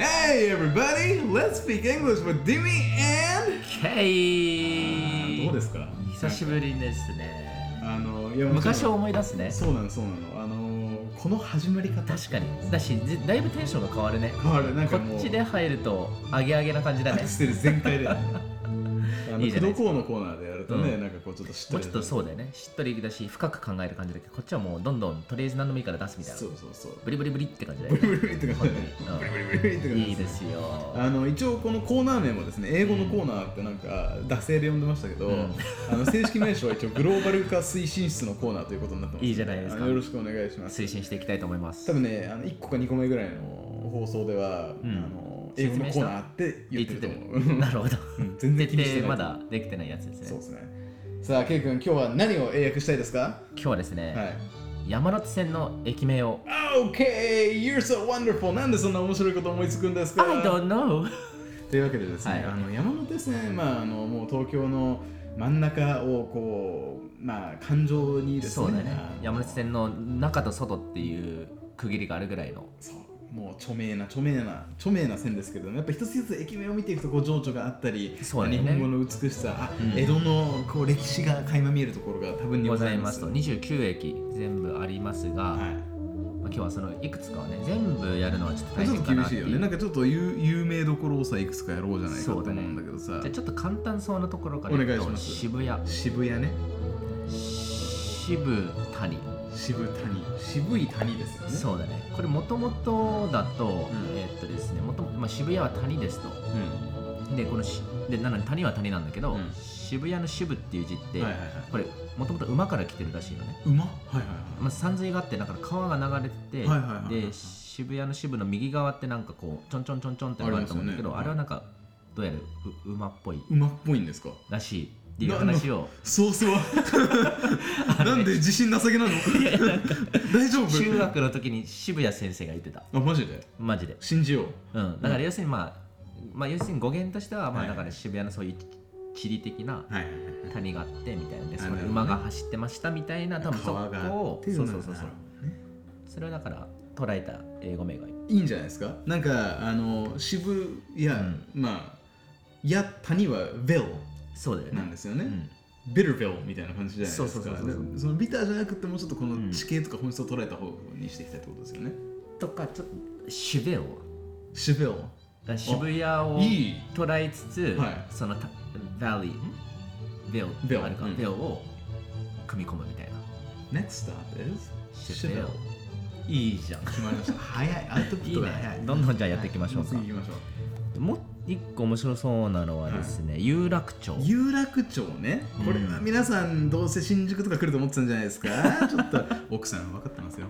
Hey everybody, let's speak English with Dimi and K どうですか？ 久しぶりですね。 いや昔を思い出すね。 そうなの。この始まり方確かに。だし、だいぶテンションが変わるね。 変わる。なんこかもうっちで入るとアゲアゲな感じだねアク。セル全開でいいじゃないですか工藤のコーナーでやるとね、 うんなんかこうちょっとしっとりもうちょっとそうだよね。しっとりだし、深く考える感じだけど、こっちはもうどんどんとりあえず何でもいいから出すみたいな。 そうブリブリブリって感じだブよね。 リブリブリって感じでうんブリブリブリって感じいいですよ。 一応このコーナー名もですね、英語のコーナーってなんか惰性で呼んでましたけど、正式名称は一応グローバル化推進室のコーナーということになってます。 いいじゃないですかよろしくお願いします。 推進していきたいと思います。 多分ね、1個か2個目ぐらいの放送では、英語のコーナーって言ってると思う。 なるほど。 全然気にしてない。 まだできてないやつですね。 そうですね。さあ、ケイ君、今日は何を英訳したいですか？ 今日はですね、 はい。 山手線の駅名を。 Okay, you're so wonderful. なんでそんな面白いこと思いつくんですか？ I don't know. というわけでですね、 はい山手線、もう東京の真ん中をこう、環状にですね、 そうだね。山手線の中と外っていう区切りがあるぐらいの。 そうもう著名な線ですけど、ね、やっぱ一つ一つ駅名を見ていくとこう情緒があったり、 そうだね日本語の美しさ、江戸のこう歴史が垣間見えるところが多分にごございまざいますすと29駅全部ありますが、 はい今日はそのいくつかはね全部やるのはちょっと大ちょっと変かなっていう。 厳しいよね。なんかちょっと有名どころをさいくつかやろうじゃないかと思うんだけどさ、 じゃあちょっと簡単そうなところからお願いします渋谷渋谷ね、 渋谷渋い谷ですよね。 そうだね。これもともとだと、ですね、渋谷は谷ですと。で、なので谷は谷なんだけど、渋谷の渋っていう字って、これもともと馬から来てるらしいのね。 馬？ 山水があって、だから川が流れてて、で、渋谷の渋の右側ってなんかこう、ちょんちょんちょんちょんってのがあると思うんだけど、あれはなんか、どうやら馬っぽい馬っぽいんですか？ らしいっていう話を。 そうなんで自信なさげなの？大丈夫？ 中学の時に渋谷先生が言ってた。 あ、マジで？ マジで。 信じよう。 だから要するに要するに語源としてはだから渋谷のそういう地理的な谷があってみたいなで、そこで馬が走ってましたみたいな、多分そこをそうそれをだから捉えた英語名がいいんじゃないですか？なんか渋谷、谷はヴェルそうだよねなんですよね。ビターヴェルみたいな感じじゃないですか。 そうそのビターじゃなくてもうちょっとこの地形とか本質を捉えた方にしていきたいってことですよね。 とかちょっとシュベル渋谷を捉えつつ、そのバリヴェルを組み込むみたいな。 Next stop is シュベルいいじゃん。 決まりました。早い。アウトプットが早い。 どんどんじゃあやっていきましょうか。 次行きましょう。 もう一個面白そうなのはですね、有楽町。 有楽町ね。これは皆さんどうせ新宿とか来ると思ってたんじゃないですか？ちょっと奥さん分かってますよ。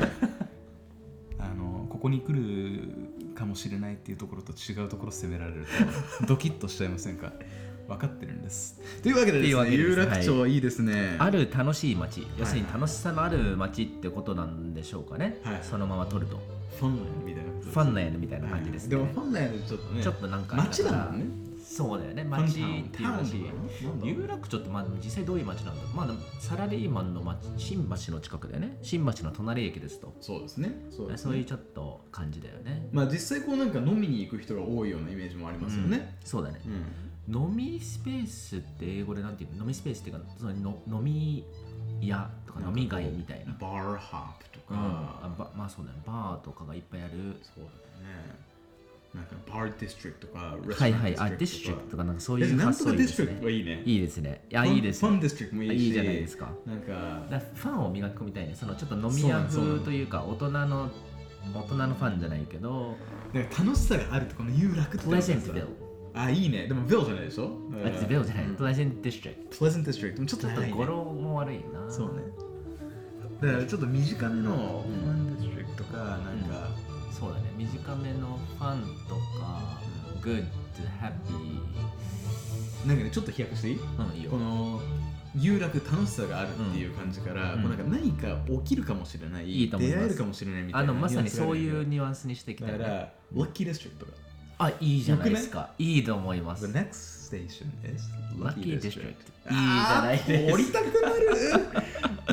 ここに来るかもしれないっていうところと違うところ攻められるとドキッとしちゃいませんか？分かってるんです。というわけでですね、有楽町はいいですね。 ある楽しい街、要するに楽しさのある街ってことなんでしょうかね。そのまま取ると。 ファンランドみたいな。 ファンランドみたいな感じですね。 でもファンランドちょっとね。 ちょっとなんか街だもんね。 そうだよね。街っていうし、有楽町って実際どういう街なんだろう。サラリーマンの街、新橋の近くだよね。新橋の隣駅ですと。 そうですね。 そういうちょっと感じだよね。 実際こうなんか飲みに行く人が多いようなイメージもありますよね。 そうだね。飲みスペースって英語でなんていうの？飲みスペースっていうか、飲み屋とか飲み街みたいな。 バーハープとか、 そうだね。バーとかがいっぱいある。 そうだね。なんかバーディストリクトとか、 ディストリクトとかなんかそういう発想いいですね。いいですね。いいですね。 ファンディストリクトもいいし、 いいじゃないですか。 なんかファンを磨き込みたいね。そのちょっと飲み屋風というか大人のファンじゃないけど、 楽しさがあるとこの有楽って。 プレゼントビル。 いいね。でもビルじゃないでしょ？ ビルじゃない。プレゼントディストリクト。 プレゼントディストリクト。ちょっと語呂も悪いな。 そうね。だからちょっと短めのファンディストリクトとかなんか。 そうだね。短めのファンとか、good, happy。 なんかね、ちょっと飛躍していい？ いいよ。 この有楽楽しさがあるっていう感じから、こうなんか何か起きるかもしれない、出会えるかもしれないみたいな。 まさにそういうニュアンスにしてきたよね。 だから、ラッキーディストリクトが。 いいじゃないですか。いいと思います。 The next station is Lucky District。いいじゃないですか。 降りたくなる。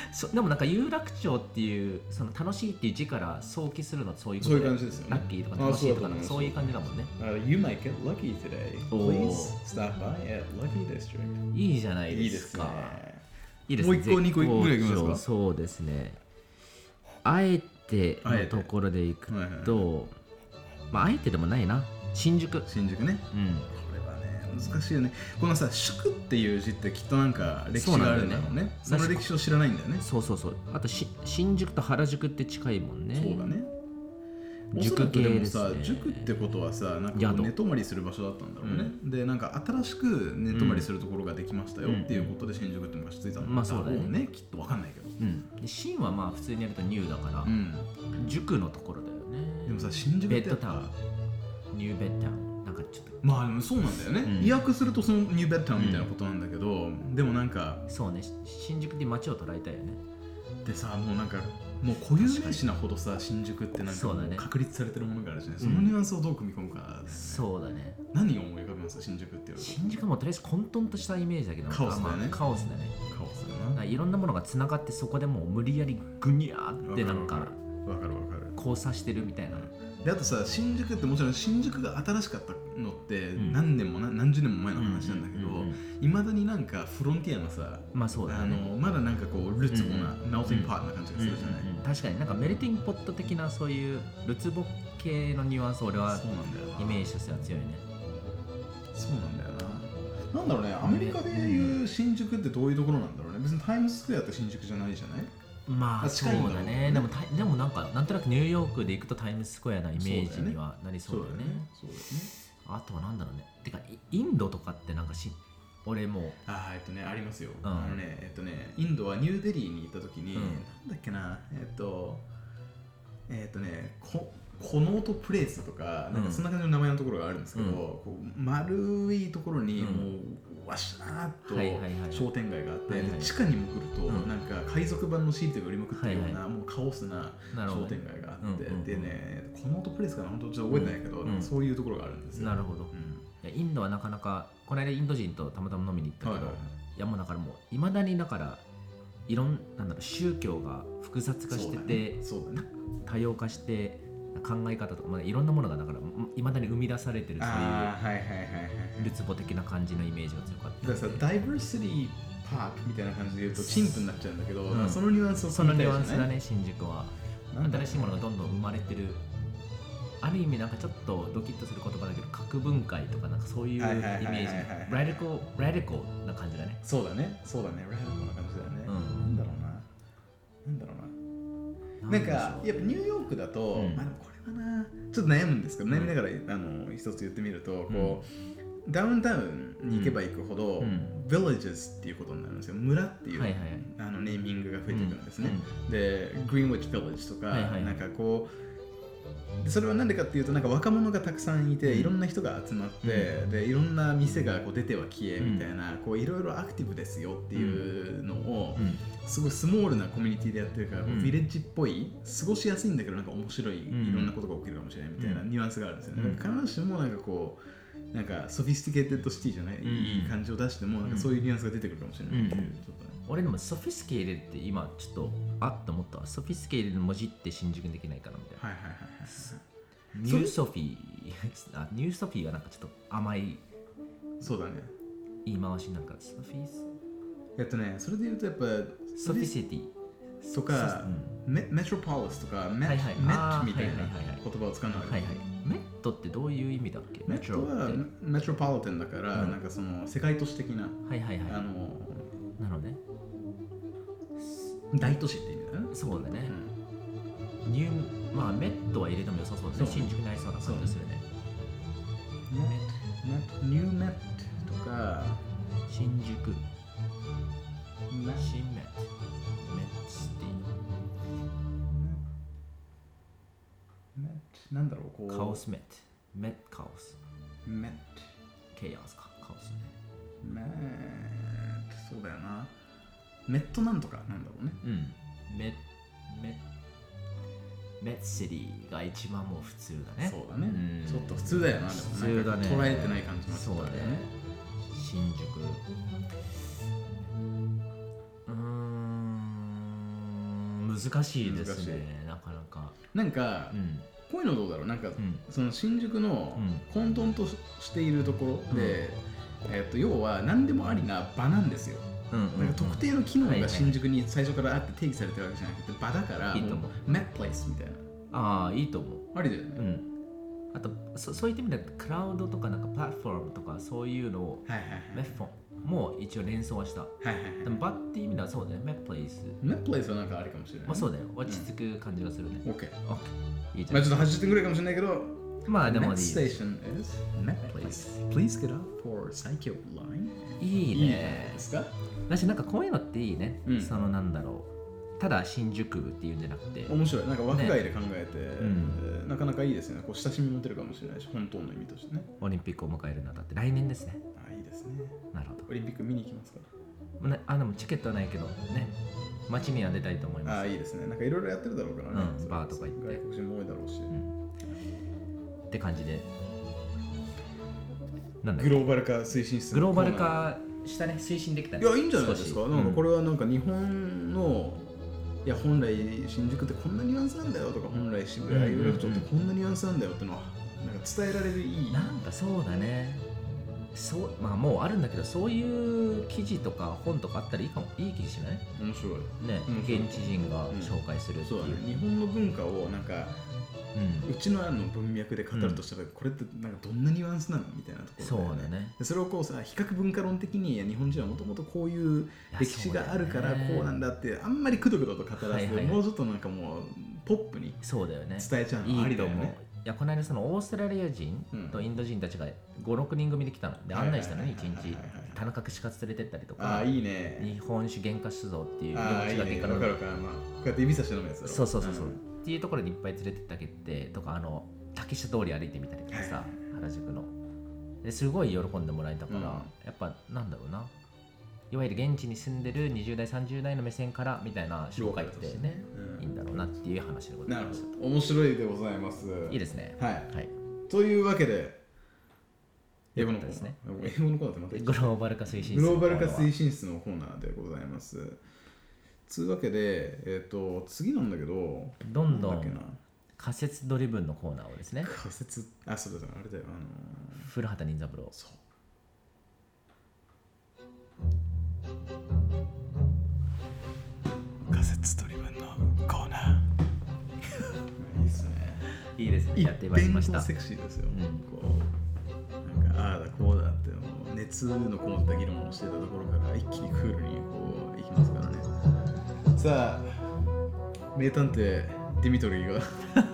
でもなんか有楽町っていうその楽しいっていう字から想起するのそういうことそういう感じですよね。 ラッキーとか楽しいとかそういう感じだもんね。 You might get lucky today. Please stop by at Lucky District. いいじゃないですか。いいですね。 もう1個2個ぐらいいきますか。 そうですね。あえてのところでいくと、まああえてでもないな。新宿ね。 これはね難しいよね。このさ宿っていう字ってきっとなんか歴史があるんだろうね。その歴史を知らないんだよね。 そうあと新宿と原宿って近いもんね。 そうだね。 塾系ですね。 でもさ塾ってことはさなんか寝泊まりする場所だったんだろうね。でなんか新しく寝泊まりするところができましたよっていうことで新宿って昔ついたんだろうね。 まあそうだね。 きっとわかんないけど。 新はまあ普通にやるとニューだから、塾のところだよね。 でもさ新宿ってベッドタウン、ニューベッドタウンなんかちょっとまあでもそうなんだよね。意訳するとそのニューベッドタウンみたいなことなんだけど、でもなんかそうね新宿で街を捉えたいよね。 でさもうなんかもう固有名詞なほどさ新宿ってなんか確立されてるものがあるじゃない。そのニュアンスをどう組み込むかだよね。 そうだね。 何を思い浮かべます新宿っていうと。 新宿もとりあえず混沌としたイメージだけどカオスだよね。 カオスだな。いろんなものがつながってそこでもう無理やりグニャーってなんかわかる交差してるみたいな。 であとさ新宿ってもちろん新宿が新しかったのって何年も何十年も前の話なんだけどいまだになんかフロンティアのさまあそうだね。 まだなんかこうルツボなメルティングポットな感じがするじゃない。 確かになんかメルティングポット的なそういうルツボ系のニュアンス俺はイメージとしては強いね。 そうなんだよな。なんだろうねアメリカでいう新宿ってどういうところなんだろうね。別にタイムズスクエアって新宿じゃないじゃない。 まあそうだね。でもなんかなんとなくニューヨークで行くとタイムズスクエアなイメージにはなりそうだよね。あとはなんだろうね。てかインドとかってなんか俺もありますよ。インドはニューデリーに行った時になんだっけなコノートプレイスとかなんかそんな感じの名前のところがあるんですけど、こう丸いところにもうわしゃーっと商店街があって地下にも来るとなんか海賊版のシートが売りまくってるようなもうカオスな商店街があってでねコノートプレイスかな本当ちょっと覚えてないけどそういうところがあるんですよ。 なるほど。インドはなかなかこの間インド人とたまたま飲みに行ったけどいやもうだからもういまだにだからなんだろう宗教が複雑化してて多様化して考え方とか、いろんなものがだからいまだに生み出されてるそういうルツボ的な感じのイメージが強かった。 だからさダイバーシティパークみたいな感じで言うと陳腐になっちゃうんだけど、そのニュアンスをそのニュアンスだね。新宿は新しいものがどんどん生まれてる。ある意味なんかちょっとドキッとする言葉だけど核分解とかなんかそういうイメージラディコな感じだね。 そうだねラディコな感じだよね。なんだろうななんかやっぱニューヨークだと、まあでもこれはなちょっと悩むんですけど、悩みながら一つ言ってみると、こうダウンタウンに行けば行くほど、villages っていうことになるんですよ。村っていう、ネーミングが増えてくるんですね。で、Greenwich Village とか、なんかこうそれは何でかっていうとなんか若者がたくさんいていろんな人が集まって、でいろんな店がこう出ては消えみたいな、こういろいろアクティブですよっていうのを、すごいスモールなコミュニティでやってるから、ヴィレッジっぽい過ごしやすいんだけどなんか面白い、いろんなことが起きるかもしれないみたいなニュアンスがあるんですよね。必ずしもなんかこうなんかソフィスティケーテッドシティじゃない、いい感じを出してもなんかそういうニュアンスが出てくるかもしれないっていう、ちょっとね。 俺でもソフィスケーテッドって今ちょっとって思ったわ。ソフィスケーテッドの文字って新宿にできないかなみたいな。ニューソフィーがなんかちょっと甘い。 そうだね。 言い回しなんかソフィス。 それで言うとやっぱソフィシティとかメトロポリスとかメットみたいな言葉を使うのがある。 メットってどういう意味だっけ？ メットはメトロポリタンだからなんかその世界都市的ななのね。 大都市って意味だね。 そうだね。まあメットは入れても良さそうですね。新宿にありそうな感じでするね。 ニューメットとか新宿新メットシティなんだろうこうカオスメットメットカオスメットケイオスかカオスねメットそうだよなメットなんとかなんだろうね。 メットシティが一番もう普通だね。 そうだね。ちょっと普通だよな。でも普通だね。 捉えてない感じもそうだね。新宿難しいですね、なかなか。 なんか、こういうのどうだろう、なんか、その新宿の混沌としているところで、要は何でもありな場なんですよ。なんか特定の機能が新宿に最初からあって定義されてるわけじゃなくて、場だからいいと思う。 メットプレイスみたいな。 ああ、いいと思う。 ありだよね。 あとそういった意味でクラウドとかなんかプラットフォームとかそういうのをメッフォンも一応連想はした。でも場っていう意味ではそうだね、メットプレイス。 メットプレイスはなんかありかもしれない。 まあそうだよ、落ち着く感じがするね。 OK。 いいじゃん。 まあちょっと80点ぐらいかもしれないけど、 まあでもいい。 Next station is Met Place. Please get up for Saikyo Line. いいね。 ですか？ 私なんかこういうのっていいね。そのなんだろう。ただ新宿っていうんじゃなくて面白い、なんか枠外で考えて、なかなかいいですね。こう親しみ持てるかもしれないし、本当の意味としてね。 オリンピックを迎えるにあたって来年ですね。 いいですね。 なるほど。 オリンピック見に行きますか？ でもチケットはないけどね、街には出たいと思います。 いいですね。なんかいろいろやってるだろうからね。 バーとか行って外国人も多いだろうし、 って感じで、なんだグローバル化推進室グローバル化したね、推進できたね。 いや、いいんじゃないですか。なんかこれはなんか日本のいや本来新宿ってこんなニュアンスなんだよとか、本来渋谷有楽町ってこんなニュアンスなんだよってのはなんか伝えられるいい。 なんかそうだね。そうまあもうあるんだけど、そういう記事とか本とかあったらいいかも、いい気がしない？ 面白いね、現地人が紹介するっていう。 そうだね。日本の文化をなんかうちの文脈で語るとしたら、これってなんかどんなニュアンスなのみたいなところ、 そうだね。 それをこうさ、比較文化論的に日本人はもともとこういう歴史があるからこうなんだってあんまりくどくどと語らず、もうちょっとなんかもうポップに伝えちゃうのありだよね。 いや、この間そのオーストラリア人とインド人たちが5、6人組で来たので案内したのに、1日田中串カツ連れてったりとか、 いいね、 日本酒原価酒造っていう命がけからこうやって指差し飲むやつだろ。 そうっていうところにいっぱい連れてってあげてとか、竹下通り歩いてみたりとかさ、原宿のですごい喜んでもらえたから、やっぱなんだろうな、いわゆる現地に住んでる20代30代の目線からみたいな紹介ってね、いいんだろうなっていう話でございました。 面白いでございます。 いいですね。 はい。というわけで、英語のコーナーですね。英語のコーナーってまたグローバル化推進室。 グローバル化推進室のコーナーでございます。つうわけで、次なんだけど、 どんどん仮説ドリブンのコーナーをですね。 仮説、そうだ、あれだよ、 古畑任三郎。 そう。仮説ドリブンのコーナー。いいですね。 いいですね。やってまいりました。 セクシーですよ。こうなんかああだこうだって熱のこもった議論をしてたところから一気にクールにこういきますからね。さあ、名探偵ディミトリーが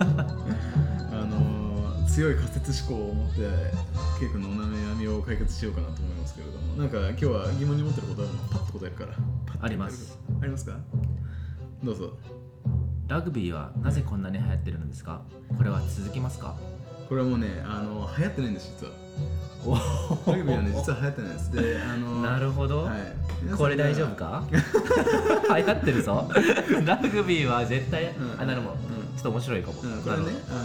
強い仮説思考を持ってケイ君のお悩みを解決しようかなと思いますけれども、なんか今日は疑問に思ってることはパッと答えるから。 あります。 ありますか？どうぞ。 ラグビーはなぜこんなに流行ってるのですか？これは続きますか？ これはもうね、流行ってないんです、実は。ラグビーはね、実は流行ってないです。で、 なるほど。はい、これ大丈夫か？流行ってるぞ。ラグビーは絶対、なるほど。ちょっと面白いかも。これね、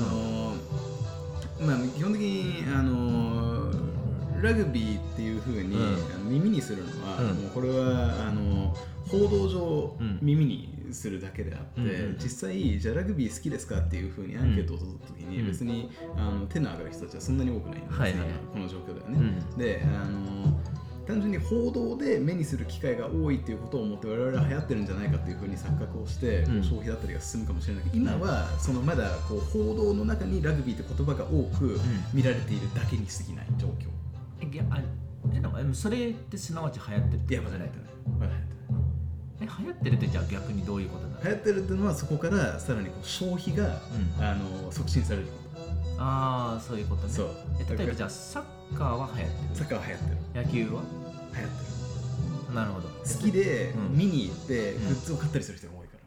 基本的に、ラグビーっていう風に、耳にするのは、もうこれは報道上、耳にするだけであって、実際じゃあラグビー好きですかっていう風にアンケートを取った時に、別に手の上がる人たちはそんなに多くないんですね、この状況ではね。で、単純に報道で目にする機会が多いっていうことを思って我々は流行ってるんじゃないかっていう風に錯覚をして、消費だったりが進むかもしれないけど、今はそのまだこう報道の中にラグビーって言葉が多く見られているだけに過ぎない状況。 それってすなわち流行ってるってことじゃないかね。流行ってるってじゃあ逆にどういうことなの？ 流行ってるっていうのはそこからさらにこう消費が、促進されること。 ああ、そういうことね。 そう。 例えばじゃあサッカーは流行ってる。 サッカーは流行ってる。 野球は流行ってる。 なるほど。 好きで見に行ってグッズを買ったりする人が多いから。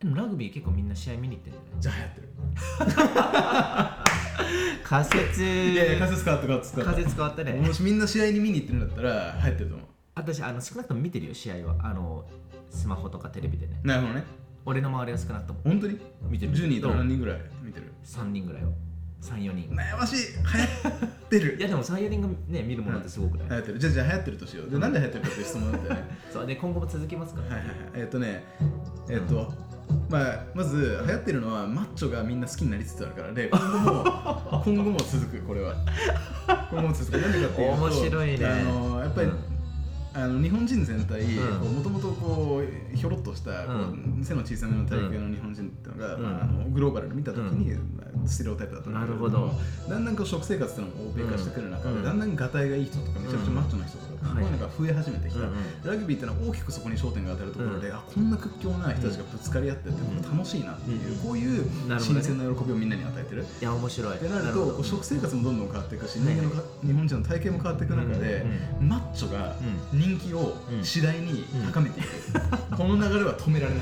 でもラグビー結構みんな試合見に行ってるんじゃない？じゃあ流行ってる。 仮説。 いや仮説変わった。 仮説変わったね。 もしみんな試合に見に行ってるんだったら流行ってると思う。 私少なくとも見てるよ、試合は。スマホとかテレビでね。 なるほどね。 俺の周りは少なくとも。 本当に見てる。 10人と何人ぐらい見てる ？3人ぐらいは。3、4人。 悩ましい。流行ってる。 いやでも3、4人がね、見るものってすごくない？ 流行ってる。じゃあ流行ってるとしよう。で、なんで流行ってるかっていう質問だったよね。 そうで、今後も続きますか？ はい。 まあ、まず流行ってるのはマッチョがみんな好きになりつつあるからで、今後も続く。これは今後も続く。なんでかっていうと、 面白いね。 やっぱり、日本人全体もともとこうひょろっとした背の小さめの体型の日本人っていうのが、グローバルで見たときに、ステレオタイプだったんだけど、だんだんこう食生活っていうのも欧米化してくる中で、だんだんガタイがいい人とかめちゃくちゃマッチョな人とか、こういうのが増え始めてきた。ラグビーっていうのは大きくそこに焦点が当たるところで、こんな屈強な人たちがぶつかり合ってって楽しいなっていう、こういう新鮮な喜びをみんなに与えてる。 いや面白い。 ってなると、食生活もどんどん変わっていくし、日本人の体型も変わっていく中で、マッチョが人気を次第に高めていく。この流れは止められない。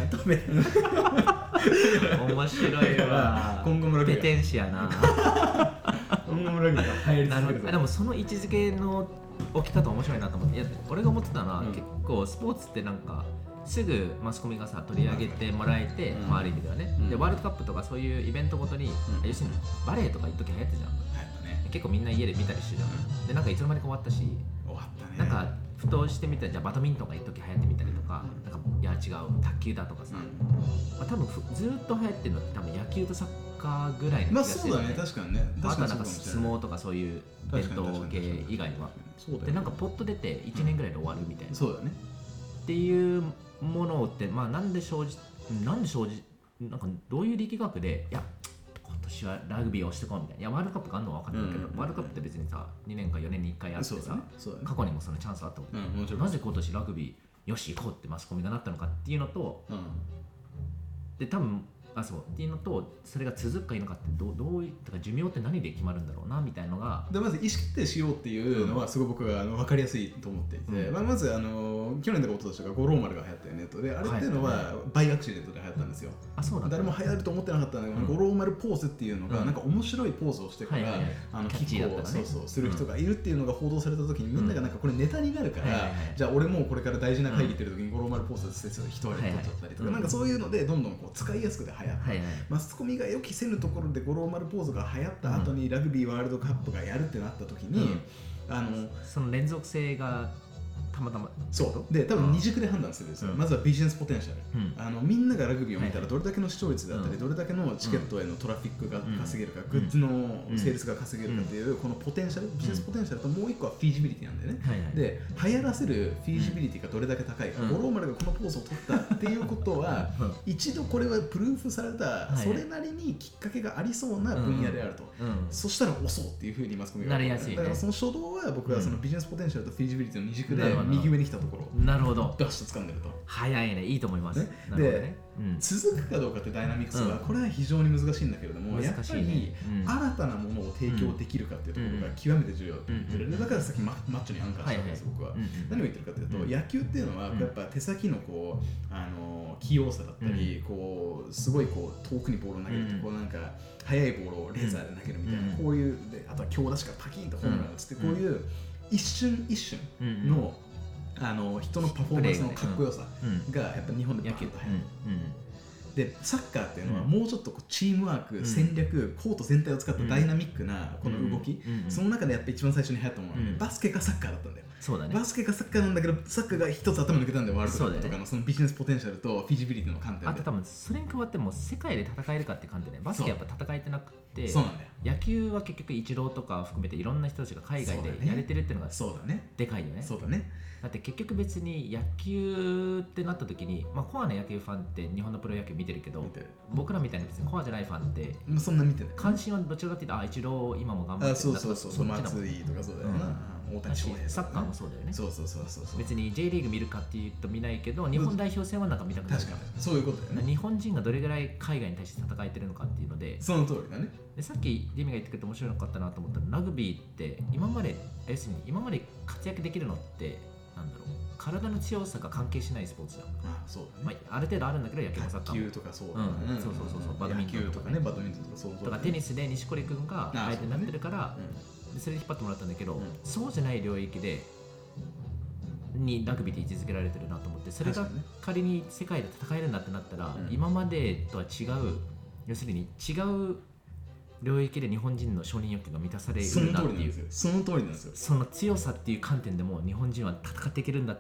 面白いわ。 今後もラグビーペテンシやな。 今後もラグビーが流行り続ける。 でもその位置づけの置き方面白いなと思って。いや俺が思ってたのは、結構スポーツってなんかすぐマスコミがさ取り上げてもらえて、ある意味ではね、でワールドカップとかそういうイベントごとに、要するにバレーとか一時流行ってじゃん。結構みんな家で見たりしてるじゃん。でなんかいつの間にか終わったし、なんかふとしてみたら、じゃあバドミントンが一時流行ってみたりとか、なんかいや違う卓球だとかさ、多分ずっと流行ってるのって多分野球とサッカーぐらいの気がするよね。 まあそうだね、確かにね。 あとはなんか相撲とかそういう伝統系以外は。でなんかポッと出て1年ぐらいで終わるみたいな。 そうだね。 っていうものってなんで生じなんかどういう力学で今年はラグビーをしてこうみたいな。いやワールドカップがあるのは分かったけど、ワールドカップって別にさ2年か4年に1回あってさ、過去にもそのチャンスあったわけ。なぜ今年ラグビーよし行こうってマスコミがなったのかっていうのと、で多分そうっていうのと、それが続くか否かってどういったか、寿命って何で決まるんだろうなみたいなのが。 でまず意思決定しようっていうのはすごい僕は分かりやすいと思っていて、まず去年とか一昨年とか五郎丸が流行ったよねと。であれっていうのはバイアクシデントで流行ったんですよ。 そうなんだ。 誰も流行ると思ってなかったんだけど、五郎丸ポーズっていうのがなんか面白いポーズをしてからキックをする人がいるっていうのが報道された時に、みんながなんかこれネタになるから、じゃあ俺もこれから大事な会議行ってる時に五郎丸ポーズして人割れ取っちゃったりとか、なんかそういうのでどんどんこう使いやすくて流行って、マスコミが予期せぬところで五郎丸ポーズが流行った後にラグビーワールドカップがやるってなった時に、 その連続性がたまたまそうで多分二軸で判断するんですよ。まずはビジネスポテンシャル、みんながラグビーを見たらどれだけの視聴率だったり、どれだけのチケットへのトラフィックが稼げるか、グッズのセールスが稼げるかっていうこのポテンシャル、ビジネスポテンシャルともう一個はフィージビリティなんだよね。で流行らせるフィージビリティがどれだけ高いか、五郎丸がこのポーズを取ったっていうことは一度これはプルーフされたそれなりにきっかけがありそうな分野であると、そしたら押そうっていうふうにマスコミがなりやすい。 だからその初動は僕はそのビジネスポテンシャルとフィージビリティの二軸で右上に来たところ、 なるほど、 ガシッと掴んでると。 早いね、いいと思います。 で、続くかどうかってダイナミクスはこれは非常に難しいんだけれども、やっぱり新たなものを提供できるかっていうところが極めて重要って言ってる。だからさっきマッチョにアンカーしたわけです、僕は。何を言ってるかというと、野球っていうのはやっぱ手先のこう器用さだったり、こうすごいこう遠くにボールを投げると、こうなんか速いボールをレーザーで投げるみたいな、こういうで、あとは強打しかパキンとホームラン打つって、こういう一瞬一瞬の人のパフォーマンスのかっこよさがやっぱ日本でバキッと入る。でサッカーっていうのはもうちょっとこうチームワーク、戦略、コート全体を使ったダイナミックなこの動き、その中でやっぱ一番最初に流行ったものはバスケかサッカーだったんだよ。 そうだね、 バスケかサッカーなんだけど、サッカーが一つ頭抜けたんで、ワールドカップとかのそのビジネスポテンシャルとフィジビリティの観点で。 あと多分それに加わっても世界で戦えるかって観点で、バスケやっぱ戦えてなくて、 そうなんだよ。 野球は結局イチローとか含めていろんな人たちが海外でやれてるっていうのがでかいよね。 そうだね。 だって結局別に野球ってなった時に、コアな野球ファンって日本のプロ野球見てるけど、僕らみたいな別にコアじゃないファンってそんな見てない。 関心はどちらかというと、イチロー今も頑張ってるんだとか、 そう松井とかそうだよな。大谷翔平、 サッカーもそうだよね。 そう別に J リーグ見るかっていうと見ないけど、日本代表戦はなんか見たくなる。 確かにそういうことだよね。 日本人がどれぐらい海外に対して戦えてるのかっていうので、 その通りだね。 でさっきデミが言ってくれて面白かったなと思ったら、ラグビーって今まで活躍できるのってなんだろう、体の強さが関係しないスポーツじゃん。 そうだね。 ある程度あるんだけど、野球もサッカーも。 卓球とかそうだね。 そうバドミントンとかね。 バドミントンとかそうとかテニスで錦織君が相手になってるから、それで引っ張ってもらったんだけど、そうじゃない領域でにラグビーって位置づけられてるなと思って、それが仮に世界で戦えるんだってなったら、今までとは違う、要するに違う領域で日本人の承認欲求が満たされるなっていう、 その通りなんですよ。 その強さっていう観点でも日本人は戦っていけるんだっ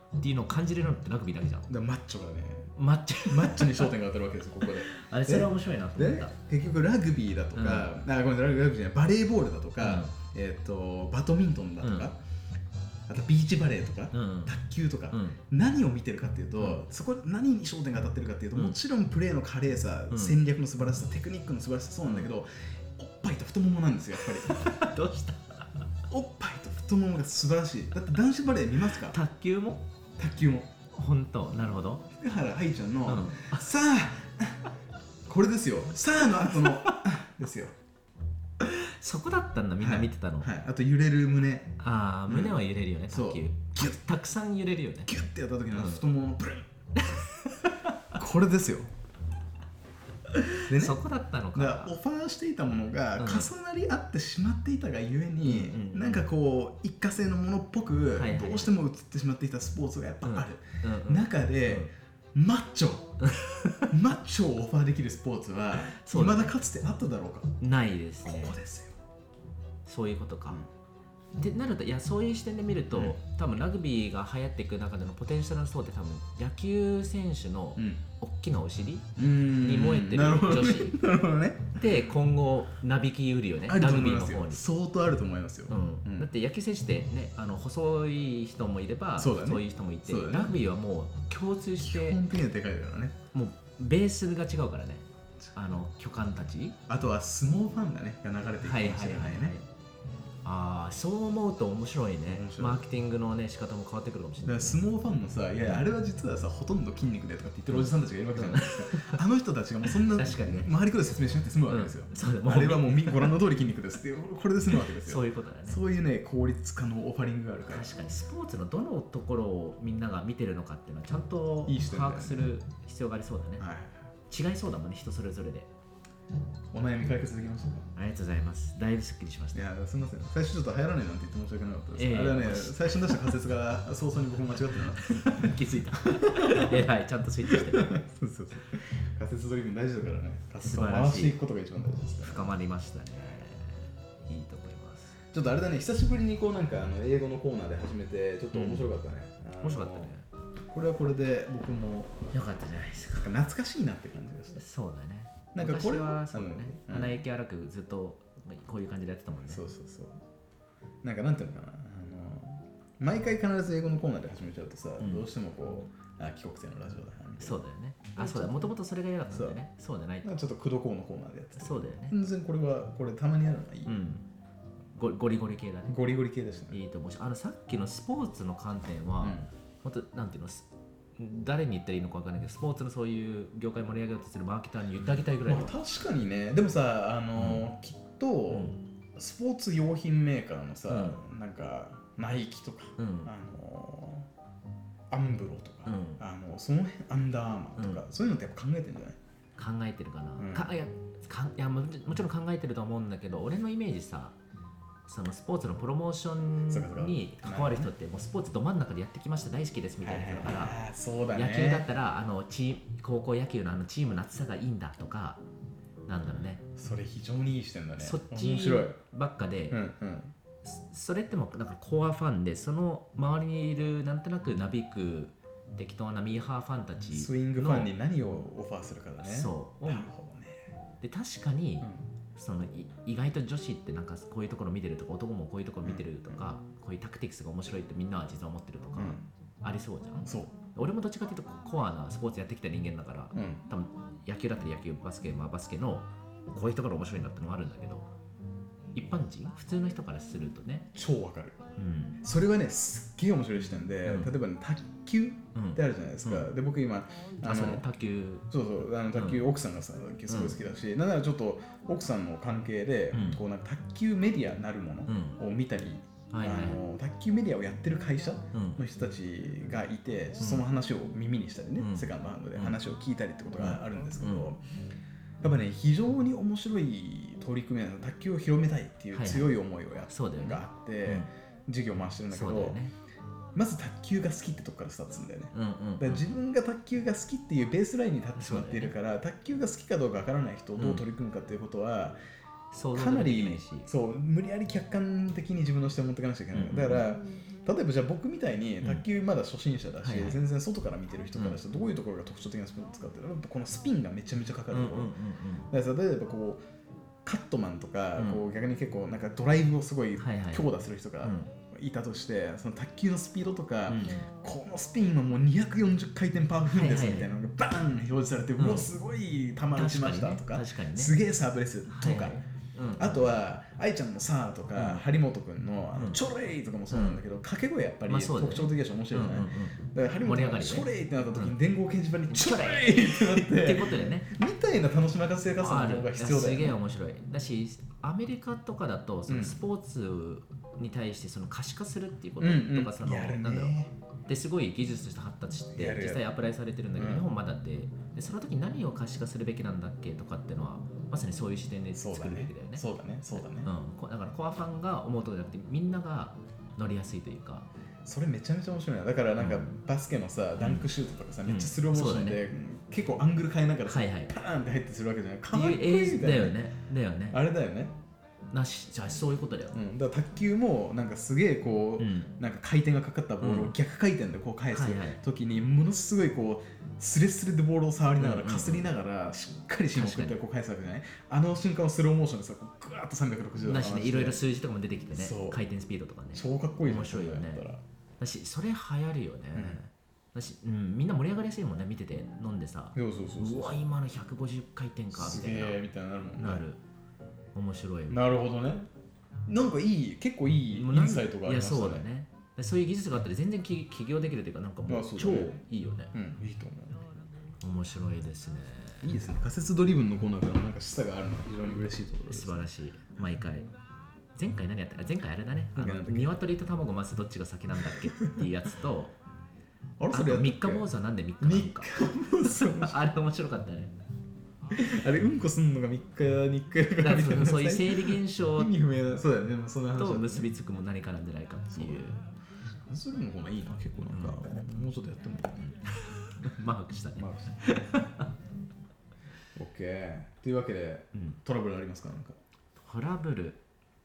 っていうのを感じれるのってラグビーだけじゃん。 マッチョがね、 マッチに焦点が当たるわけですよ、ここで。 あれ、それは面白いなと思った。 結局ラグビーだとか、ごめんなさい、ラグビーじゃない、バレーボールだとか、バドミントンだとか、あとビーチバレーとか、卓球とか、何を見てるかっていうと、そこ何に焦点が当たってるかっていうと、もちろんプレーの華麗さ、戦略の素晴らしさ、テクニックの素晴らしさ、そうなんだけど、おっぱいと太ももなんですよ、やっぱり。 どうした？ おっぱいと太ももが素晴らしい。だって男子バレー見ますか？ 卓球も本当、なるほど。 福原愛ちゃんの、さあこれですよ、さあの後のですよ。 そこだったんだ、みんな見てたの。 はい、あと揺れる胸。 胸は揺れるよね、卓球。たくさん揺れるよね。 ギュッてやった時の太もものプルン。これですよ。 でね、そこだったのか。 オファーしていたものが重なり合ってしまっていたがゆえに、なんかこう一過性のものっぽくどうしても映ってしまっていたスポーツがやっぱある中で、マッチョをオファーできるスポーツは未だかつてあっただろうか。 ないですね。 ここですよ。 そういうことか。ってなると、いや、そういう視点で見ると、多分ラグビーが流行っていく中でのポテンシャルの層って多分野球選手の大きなお尻に燃えてる女子で今後なびきうるよね、ラグビーの方に。 相当あると思いますよ。 だって野球選手ってね、細い人もいればそういう人もいて、ラグビーはもう共通して基本的にはでかいからね。 もうベースが違うからね、巨漢たち。 あとは相撲ファンがねが流れていくかもしれないね。 そう思うと面白いね。マーケティングのね仕方も変わってくるかもしれない。 相撲ファンのさ、いやあれは実はさほとんど筋肉でとかって言ってるおじさんたちがいるわけじゃないですか。あの人たちがもうそんな周りくらい説明しなくて済むわけですよ。あれはもうご覧の通り筋肉ですってこれで済むわけですよ。 そういうことだね。 そういうね効率化のオファリングがあるから。 確かにスポーツのどのところをみんなが見てるのかっていうのはちゃんと把握する必要がありそうだね。違いそうだもんね、人それぞれで。 お悩み解決できましたか？ ありがとうございます。だいぶすっきりしました。 いや、すみません。最初ちょっと流行らないなんて言って申し訳なかったです。あれはね、最初に出した仮説が早々に僕も間違ってな気づいた。偉い、ちゃんとスイッチしてる。 そう仮説ドリブン大事だからね。仮説を回していくことが一番大事ですから。 深まりましたね。いいと思います。 ちょっとあれだね、久しぶりにこうなんか英語のコーナーで始めてちょっと面白かったね。 面白かったね。 これはこれで僕も良かったじゃないですか。 懐かしいなって感じがした。 そうだね。 なんかこれはそうだね、鼻息荒くずっとこういう感じでやってたもんね。 そうなんかなんていうのかな、毎回必ず英語のコーナーで始めちゃうとさ、どうしてもこう帰国生のラジオだなみたいな。そうだよね。そうだ、もともとそれが嫌だったんだよね。そうじゃないとちょっとクドコウのコーナーでやってた。そうだよね。全然これたまにやるのはいい。ゴリゴリ系だね。ゴリゴリ系でしたね。いいと思うし、さっきのスポーツの観点は本当なんていうの、誰に言ったらいいのか分からないけど、スポーツのそういう業界盛り上げようとするマーケターに言ってあげたいぐらい、確かにね。でもさ、きっとスポーツ用品メーカーのさ、なんかナイキとか、アンブロとか、その辺アンダーアーマーとか、そういうのってやっぱ考えてるんじゃない？考えてるかな。いやもちろん考えてると思うんだけど、俺のイメージさ、そのスポーツのプロモーションに関わる人ってもうスポーツど真ん中でやってきました、大好きですみたいな人だから、野球だったら高校野球のチームの厚さがいいんだとか、なんだろうね、それ非常にいい視点だね。そっちばっかで、それってもなんかコアファンで、その周りにいるなんとなくなびく適当なミーハーファンたちのスイングファンに何をオファーするかだね。そうなるほどね。で確かに、その意外と女子ってなんかこういうところ見てるとか、男もこういうところ見てるとか、こういうタクティクスが面白いってみんなは実は思ってるとか、ありそうじゃん。そう、俺もどっちかっていうとコアなスポーツやってきた人間だから、多分野球だったら野球、バスケバスケのこういうところ面白いなってのもあるんだけど、一般人普通の人からするとね、超わかる。それはね、すっげえ面白い視点で、例えばね、卓球ってあるじゃないですか。で僕今卓球、卓球奥さんがさ、すごい好きだし、なんならちょっと奥さんの関係でこうなんか卓球メディアなるものを見たり、卓球メディアをやってる会社の人たちがいて、その話を耳にしたりね、セカンドハンドで話を聞いたりってことがあるんですけど、やっぱね、非常に面白い取り組みなの。卓球を広めたいっていう強い思いがあって、授業を回してるんだけど、まず卓球が好きってとこからスタートするんだよね。だから自分が卓球が好きっていうベースラインに立ってしまっているから、卓球が好きかどうかわからない人をどう取り組むかっていうことは、 かなりそう無理やり客観的に自分の視点を持っていかなきゃいけない、だから例えばじゃあ僕みたいに卓球まだ初心者だし、全然外から見てる人からしてどういうところが特徴的なスポーツかってこのスピンがめちゃめちゃかかるところ、だから例えばこうカットマンとか、こう逆に結構なんかドライブをすごい強打する人がいたとして、その卓球のスピードとか、このスピンはもう240回転パーフンですみたいなのがバーン表示されて、うわすごい球打ちましたとか、すげえサーブレスとか、あとは愛ちゃんのさーとか張本君のチョレイとかもそうなんだけど、掛け声やっぱり特徴的だし面白いじゃない。だから張本君がチョレイってなった時に電光掲示板にチョレイってなってってことでね、 みたいな楽しませ方の方が必要だよね。 すげえ面白い。だしアメリカとかだとそのスポーツに対してその可視化するっていうこととか、そのなんだろうですごい技術として発達して実際アプライされてるんだけど、日本まだでその時何を可視化するべきなんだっけとかっていうのはまさにそういう視点で作るべきだよね。 そうだね。 だからコアファンが思うとじゃなくてみんなが乗りやすいというか、 それめちゃめちゃ面白いな。だからなんかバスケのさ、ダンクシュートとかさ、めっちゃスローモーションで結構アングル変えながらさ、パーンって入ってするわけじゃない。かわいいみたいな。 だよね。 あれだよね。 じゃあそういうことだよ。 だから卓球もなんかすげえこう、なんか回転がかかったボールを逆回転でこう返す時にものすごいこうスレスレでボールを触りながらかすりながらしっかり芯を送ってこう返すわけじゃない。あの瞬間をスローモーションでさ、グワーッと360度だしね、いろいろ数字とかも出てきてね、回転スピードとかね、 超かっこいい。 面白いよね。だしそれ流行るよね。だし、みんな盛り上がりやすいもんね、見てて飲んでさ、うわ今の150回転かみたいな、 みたいなるもんね。 なる。面白い。 なるほどね。なんか結構いいインサイトがありましたね。いやそうだね。 そういう技術があったら全然起業できるというか、なんかもう超いいよね。 いいと思う。面白いですね。 いいですね。仮説ドリブンのコーナーからなんか示唆があるのが非常に嬉しいところです。 素晴らしい。毎回。前回何やったか、前回あれだね。鶏と卵まずどっちが先なんだっけっていうやつと、あと三日坊主はなんで3日なのか。あれ面白かったね。 あれうんこすんのが3日に1回だからみたいな、 そういう生理現象意味不明な、そうだよね、そんな話と結びつくも何かなんじゃないかっていう。 それの方がいいな、結構なんか、もうちょっとやってもいい。 マークしたね。 オッケー。というわけで、トラブルありますか？なんかトラブル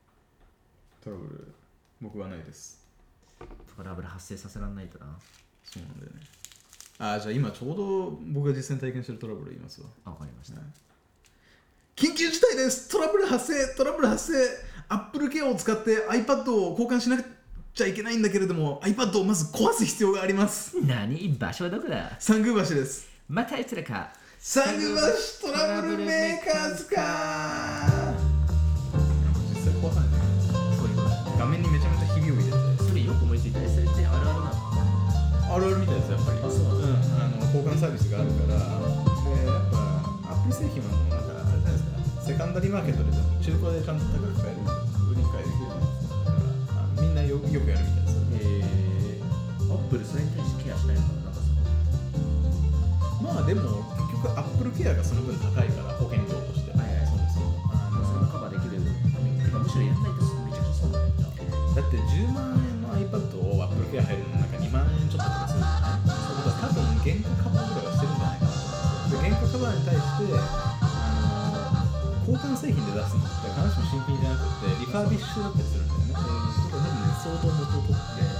僕はないです。 トラブル発生させられないとな。 そうなんだよね。じゃあ今ちょうど僕が実践体験してるトラブル言いますわ。 わかりました。 緊急事態です。トラブル発生。Apple Care を使って iPad を交換しなくちゃいけないんだけれども、 iPad をまず壊す必要があります。 何？場所はどこだ？ 三宮橋です。 またいつらか。 三宮橋トラブルメーカーズか。実際壊さないんだけど、そういうことだね。画面にめちゃめちゃひびを入れて。 それよく思いついたりするってあるあるなの？ あるあるみたいですやっぱり。交換サービスがあるから、でやっぱアップル製品はもうなんかあれじゃないですか、セカンダリーマーケットで中古でちゃんと高く買える、売りに買えるじゃないですか。だからみんなよくやるみたいですよ。 アップルそれに対してケアしないのかな、なんかその。 まあでも結局アップルケアがその分高いから保険料として。 そうですよ。それもカバーできる。むしろやんないとめちゃくちゃ損だね。 だって10万円の iPad をアップルケア入るのなんか2万円ちょっととかするじゃない。そうだから多分原価カバーぐらいはしてるんじゃないかな。で原価カバーに対して交換製品で出すのって必ずしも新品じゃなくてリファービッシュだったりするんだよね。多分ね相当元を取って